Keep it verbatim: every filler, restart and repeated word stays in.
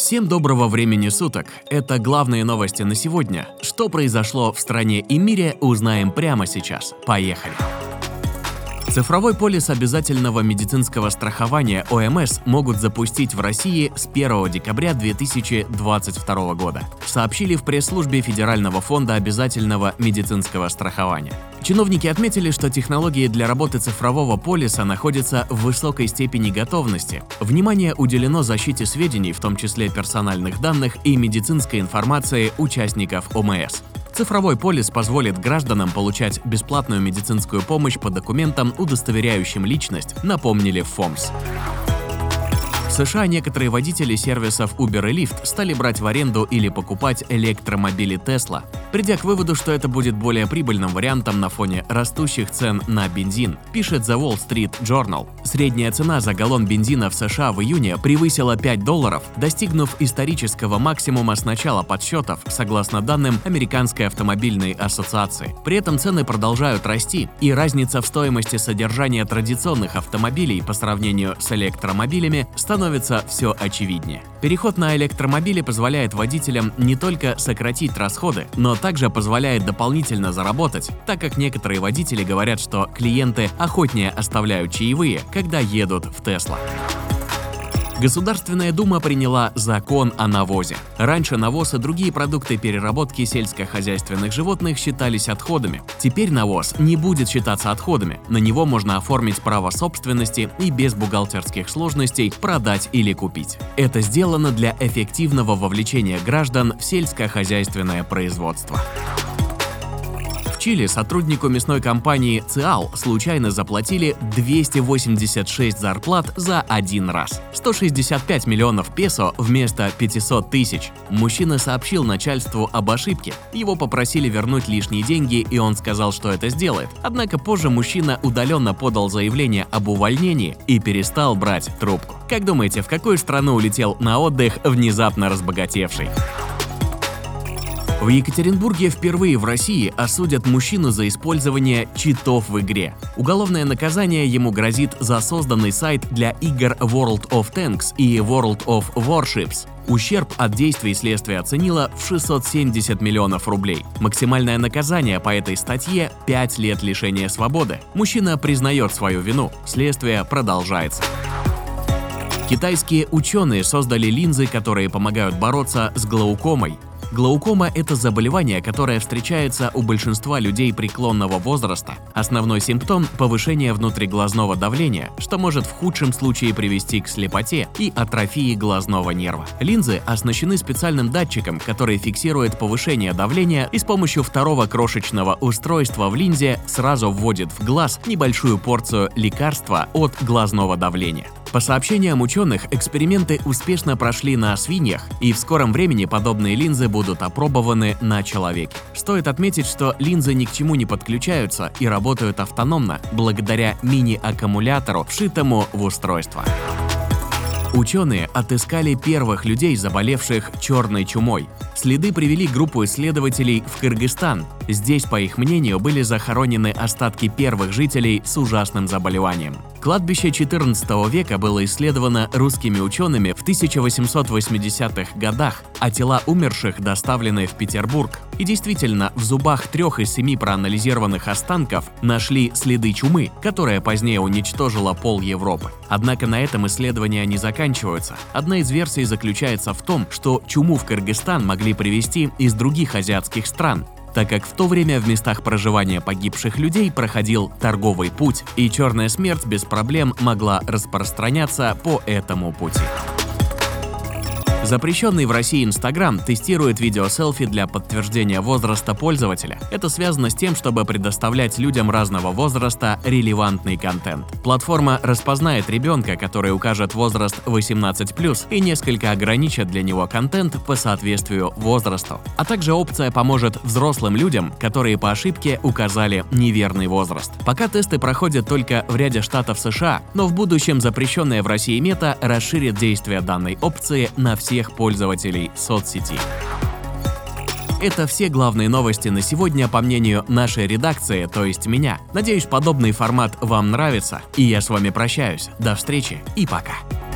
Всем доброго времени суток. Это главные новости на сегодня. Что произошло в стране и мире, узнаем прямо сейчас. Поехали! Цифровой полис обязательного медицинского страхования О Эм Эс могут запустить в России с первого декабря две тысячи двадцать второго года, сообщили в пресс-службе Федерального фонда обязательного медицинского страхования. Чиновники отметили, что технологии для работы цифрового полиса находятся в высокой степени готовности. Внимание уделено защите сведений, в том числе персональных данных и медицинской информации участников О Эм Эс. Цифровой полис позволит гражданам получать бесплатную медицинскую помощь по документам, удостоверяющим личность, напомнили в ФОМС. В США некоторые водители сервисов Uber и Lyft стали брать в аренду или покупать электромобили Tesla, придя к выводу, что это будет более прибыльным вариантом на фоне растущих цен на бензин, пишет The Wall Street Journal. Средняя цена за галлон бензина в США в июне превысила пять долларов, достигнув исторического максимума с начала подсчетов, согласно данным Американской автомобильной ассоциации. При этом цены продолжают расти, и разница в стоимости содержания традиционных автомобилей по сравнению с электромобилями становится все очевиднее. Переход на электромобили позволяет водителям не только сократить расходы, но также позволяет дополнительно заработать, так как некоторые водители говорят, что клиенты охотнее оставляют чаевые, когда едут в Tesla. Государственная дума приняла закон о навозе. Раньше навоз и другие продукты переработки сельскохозяйственных животных считались отходами. Теперь навоз не будет считаться отходами. На него можно оформить право собственности и без бухгалтерских сложностей продать или купить. Это сделано для эффективного вовлечения граждан в сельскохозяйственное производство. В Чили сотруднику мясной компании Циал случайно заплатили двести восемьдесят шесть зарплат за один раз. сто шестьдесят пять миллионов песо вместо пятисот тысяч. Мужчина сообщил начальству об ошибке. Его попросили вернуть лишние деньги, и он сказал, что это сделает. Однако позже мужчина удаленно подал заявление об увольнении и перестал брать трубку. Как думаете, в какую страну улетел на отдых внезапно разбогатевший? В Екатеринбурге впервые в России осудят мужчину за использование читов в игре. Уголовное наказание ему грозит за созданный сайт для игр World of Tanks и World of Warships. Ущерб от действий следствия оценило в шестьсот семьдесят миллионов рублей. Максимальное наказание по этой статье – пять лет лишения свободы. Мужчина признает свою вину. Следствие продолжается. Китайские ученые создали линзы, которые помогают бороться с глаукомой. Глаукома – это заболевание, которое встречается у большинства людей преклонного возраста. Основной симптом – повышение внутриглазного давления, что может в худшем случае привести к слепоте и атрофии глазного нерва. Линзы оснащены специальным датчиком, который фиксирует повышение давления и с помощью второго крошечного устройства в линзе сразу вводит в глаз небольшую порцию лекарства от глазного давления. По сообщениям ученых, эксперименты успешно прошли на свиньях, и в скором времени подобные линзы будут опробованы на человеке. Стоит отметить, что линзы ни к чему не подключаются и работают автономно, благодаря мини-аккумулятору, вшитому в устройство. Ученые отыскали первых людей, заболевших черной чумой. Следы привели группу исследователей в Кыргызстан. Здесь, по их мнению, были захоронены остатки первых жителей с ужасным заболеванием. Кладбище четырнадцатого века было исследовано русскими учеными в тысяча восемьсот восьмидесятых годах, а тела умерших доставлены в Петербург. И действительно, в зубах трех из семи проанализированных останков нашли следы чумы, которая позднее уничтожила пол Европы. Однако на этом исследования не заканчиваются. Одна из версий заключается в том, что чуму в Кыргызстан могли привезти из других азиатских стран, так как в то время в местах проживания погибших людей проходил торговый путь, и черная смерть без проблем могла распространяться по этому пути. Запрещенный в России Instagram тестирует видеоселфи для подтверждения возраста пользователя. Это связано с тем, чтобы предоставлять людям разного возраста релевантный контент. Платформа распознает ребенка, который укажет возраст восемнадцать плюс, и несколько ограничит для него контент по соответствию возрасту. А также опция поможет взрослым людям, которые по ошибке указали неверный возраст. Пока тесты проходят только в ряде штатов США, но в будущем запрещенная в России мета расширит действие данной опции на все пользователей соцсети. Это все главные новости на сегодня, по мнению нашей редакции, то есть меня. Надеюсь, подобный формат вам нравится, и я с вами прощаюсь. До встречи и пока.